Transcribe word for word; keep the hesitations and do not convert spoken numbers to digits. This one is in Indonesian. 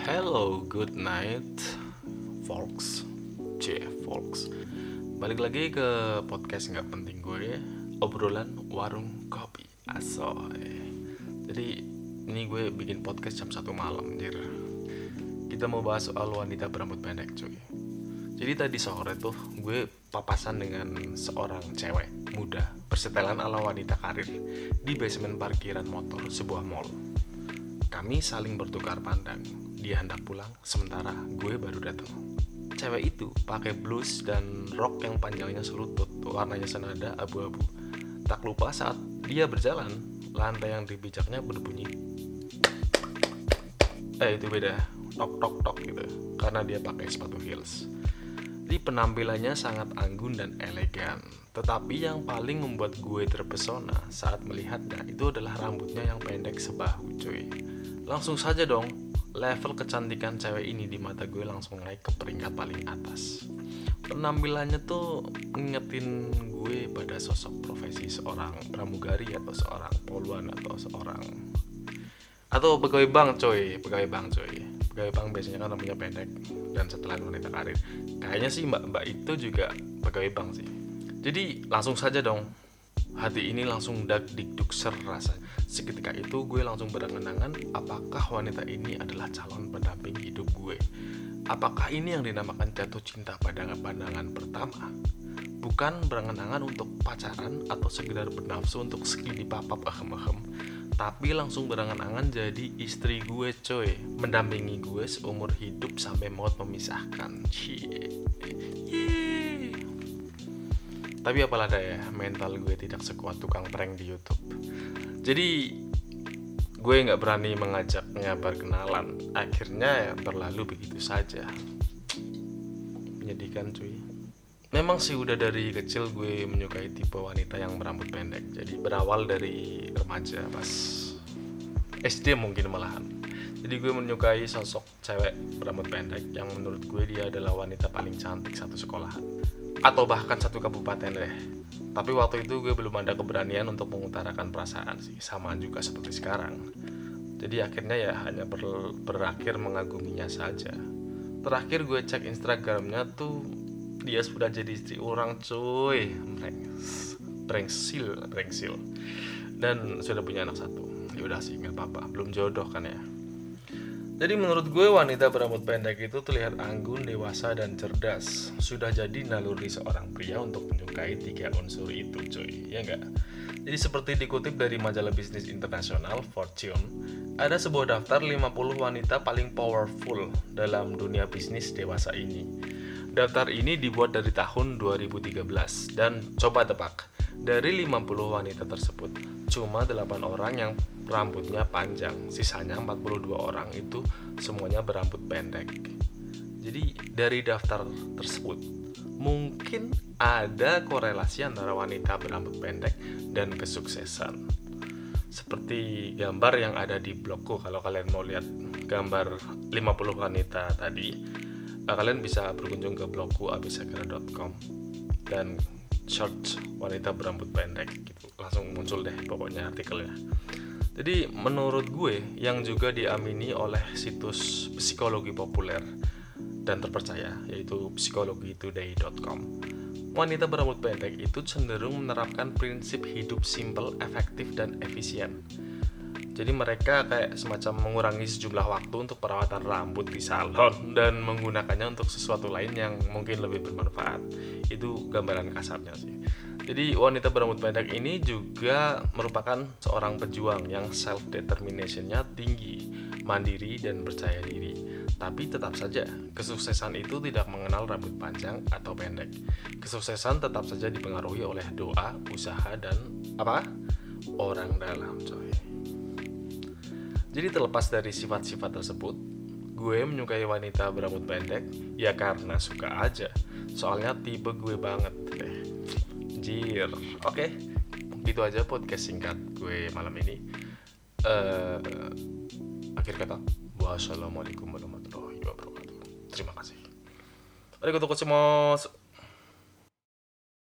Hello, good night, folks. C, folks. Balik lagi ke podcast nggak penting gue, obrolan warung kopi. Asoy. Jadi ini gue bikin podcast jam satu malam, jir. Kita mau bahas soal wanita berambut pendek, cuy. Jadi tadi sore tuh gue papasan dengan seorang cewek muda bersetelan ala wanita karir di basement parkiran motor sebuah mall. Kami saling bertukar pandang. Dia hendak pulang, sementara gue baru datang. Cewek itu pakai blus dan rok yang panjangnya selutut, warnanya senada abu-abu. Tak lupa saat dia berjalan, lantai yang dipijaknya berbunyi. Eh itu beda, tok tok tok gitu, karena dia pakai sepatu heels. Jadi penampilannya sangat anggun dan elegan. Tetapi yang paling membuat gue terpesona saat melihatnya itu adalah rambutnya yang pendek sebahu, cuy. Langsung saja dong, level kecantikan cewek ini di mata gue langsung naik ke peringkat paling atas. Penampilannya tuh ngingetin gue pada sosok profesi seorang pramugari atau seorang poluan atau seorang atau pegawai bank, coy, pegawai bank, coy. Pegawai bank biasanya kan rambutnya pendek dan setelan wanita karir. Kayaknya sih mbak-mbak itu juga pegawai bank sih. Jadi langsung saja dong, hati ini langsung dak dikduk ser rasanya. Seketika itu gue langsung berangan-angan apakah wanita ini adalah calon pendamping hidup gue. Apakah ini yang dinamakan jatuh cinta pada pandangan pertama? Bukan berangan-angan untuk pacaran atau sekedar bernafsu untuk sekili papap ahem-ahem, tapi langsung berangan-angan jadi istri gue, coy. Mendampingi gue seumur hidup sampai maut memisahkan. Cie. Yeay. Tapi apalah daya, mental gue tidak sekuat tukang prank di YouTube. Jadi gue gak berani mengajaknya berkenalan. Akhirnya ya berlalu begitu saja. Menyedihkan, cuy. Memang sih udah dari kecil gue menyukai tipe wanita yang berambut pendek. Jadi berawal dari remaja pas S D mungkin malahan. Jadi gue menyukai sosok cewek berambut pendek yang menurut gue dia adalah wanita paling cantik satu sekolahan atau bahkan satu kabupaten deh. Tapi waktu itu gue belum ada keberanian untuk mengutarakan perasaan sih, sama juga seperti sekarang. Jadi akhirnya ya hanya ber- berakhir mengaguminya saja. Terakhir gue cek Instagramnya tuh dia sudah jadi istri orang, cuy. Brengs, brengsil, brengsil. Dan sudah punya anak satu. Ya udah sih, nggak apa-apa. Belum jodoh kan ya. Jadi menurut gue wanita berambut pendek itu terlihat anggun, dewasa, dan cerdas. Sudah jadi naluri seorang pria untuk menyukai tiga unsur itu, cuy. Ya enggak? Jadi seperti dikutip dari majalah bisnis internasional Fortune, ada sebuah daftar lima puluh wanita paling powerful dalam dunia bisnis dewasa ini. Daftar ini dibuat dari tahun dua ribu tiga belas dan coba tebak, dari lima puluh wanita tersebut cuma delapan orang yang rambutnya panjang, sisanya empat puluh dua orang itu semuanya berambut pendek. Jadi dari daftar tersebut mungkin ada korelasi antara wanita berambut pendek dan kesuksesan. Seperti gambar yang ada di blogku, kalau kalian mau lihat gambar lima puluh wanita tadi, kalian bisa berkunjung ke blogku abisakira dot com dan search wanita berambut pendek gitu. Langsung muncul deh pokoknya artikelnya. Jadi menurut gue yang juga diamini oleh situs psikologi populer dan terpercaya yaitu psikologi today dot com, wanita berambut pendek itu cenderung menerapkan prinsip hidup simple, efektif, dan efisien. Jadi mereka kayak semacam mengurangi sejumlah waktu untuk perawatan rambut di salon dan menggunakannya untuk sesuatu lain yang mungkin lebih bermanfaat. Itu gambaran kasarnya sih. Jadi wanita berambut pendek ini juga merupakan seorang pejuang yang self-determination-nya tinggi, mandiri, dan percaya diri. Tapi tetap saja, kesuksesan itu tidak mengenal rambut panjang atau pendek. Kesuksesan tetap saja dipengaruhi oleh doa, usaha, dan apa? Orang dalam, coy. Jadi terlepas dari sifat-sifat tersebut, gue menyukai wanita berambut pendek ya karena suka aja. Soalnya tipe gue banget deh. Jir. Oke, gitu aja podcast singkat gue malam ini. uh, Akhir kata, wassalamualaikum warahmatullahi wabarakatuh. Terima kasih. Arigatou gozaimasu.